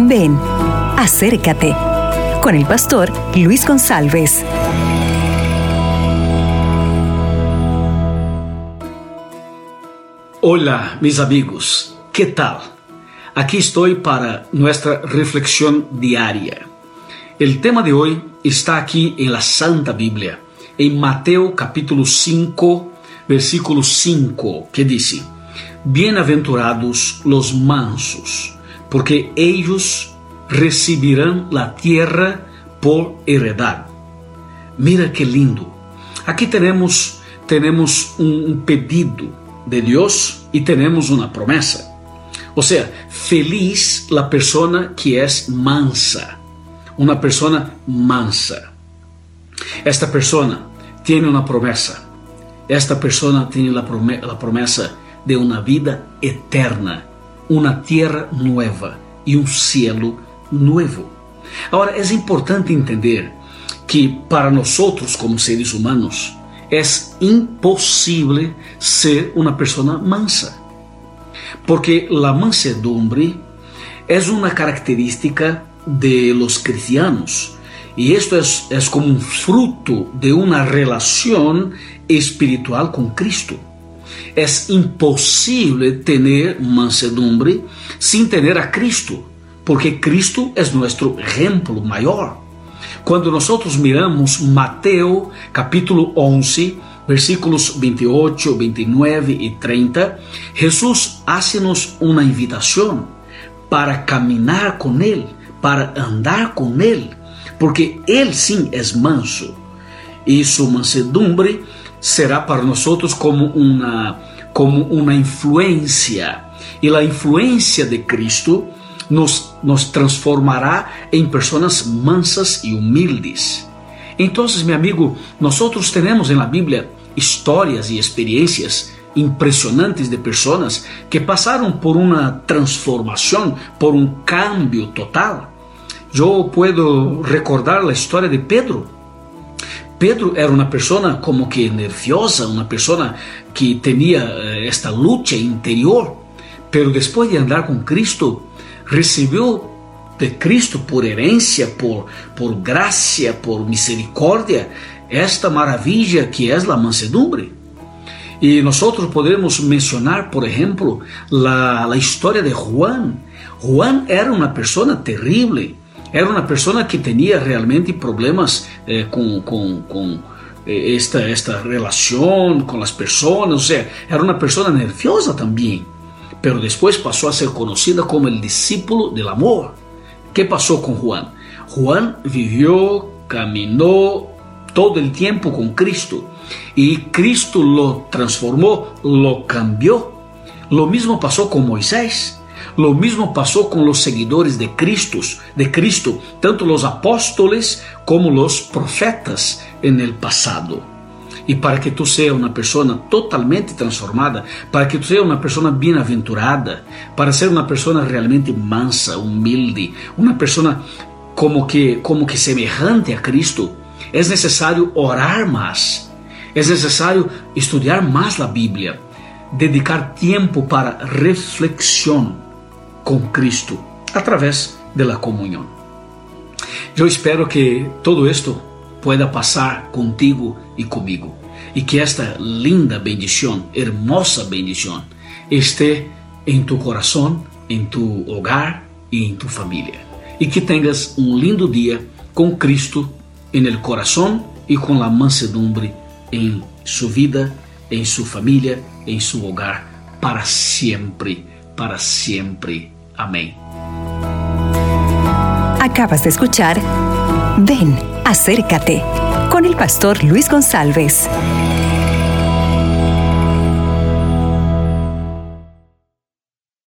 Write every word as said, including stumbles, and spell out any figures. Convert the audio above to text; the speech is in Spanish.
Ven, acércate con el pastor Luis González. Hola, mis amigos, ¿qué tal? Aquí estoy para nuestra reflexión diaria. El tema de hoy está aquí en la Santa Biblia, en Mateo capítulo cinco, versículo cinco, que dice: Bienaventurados los mansos, porque ellos recibirán la tierra por heredad. Mira qué lindo. Aquí tenemos, tenemos un pedido de Dios y tenemos una promesa. O sea, feliz la persona que es mansa. Una persona mansa. Esta persona tiene una promesa. Esta persona tiene la promesa, la promesa de una vida eterna, una tierra nueva y un cielo nuevo. Ahora, es importante entender que para nosotros como seres humanos es imposible ser una persona mansa, porque la mansedumbre es una característica de los cristianos, y esto es, es como un fruto de una relación espiritual con Cristo. Es imposible tener mansedumbre sin tener a Cristo, porque Cristo es nuestro ejemplo mayor. Cuando nosotros miramos Mateo capítulo once, versículos veintiocho, veintinueve y treinta, Jesús hace-nos una invitación para caminar con Él, para andar con Él, porque Él sí es manso, y su mansedumbre será para nosotros como una, como una influencia, y la influencia de Cristo nos, nos transformará en personas mansas y humildes. Entonces, mi amigo, nosotros tenemos en la Biblia historias y experiencias impresionantes de personas que pasaron por una transformación, por un cambio total. Yo puedo recordar la historia de Pedro. Pedro era una persona como que nerviosa, una persona que tenía esta lucha interior, pero después de andar con Cristo, recibió de Cristo por herencia, por, por gracia, por misericordia, esta maravilla que es la mansedumbre. Y nosotros podemos mencionar, por ejemplo, la, la historia de Juan. Juan era una persona terrible, era una persona que tenía realmente problemas eh, con, con, con eh, esta, esta relación con las personas, o sea, era una persona nerviosa también. Pero después pasó a ser conocida como el discípulo del amor. ¿Qué pasó con Juan? Juan vivió, caminó todo el tiempo con Cristo, y Cristo lo transformó, lo cambió. Lo mismo pasó con Moisés. Lo mismo pasó con los seguidores de Cristo, de Cristo, tanto los apóstoles como los profetas en el pasado. Y para que tú seas una persona totalmente transformada, para que tú seas una persona bienaventurada, para ser una persona realmente mansa, humilde, una persona como que, como que semejante a Cristo, es necesario orar más, es necesario estudiar más la Biblia, dedicar tiempo para reflexión con Cristo a través de la comunión. Yo espero que todo esto pueda pasar contigo y conmigo, y que esta linda bendición, hermosa bendición, esté en tu corazón, en tu hogar y en tu familia, y que tengas un lindo día con Cristo en el corazón y con la mansedumbre en su vida, en su familia, en su hogar, para siempre, para siempre. Amén. Acabas de escuchar Ven, acércate con el pastor Luis González.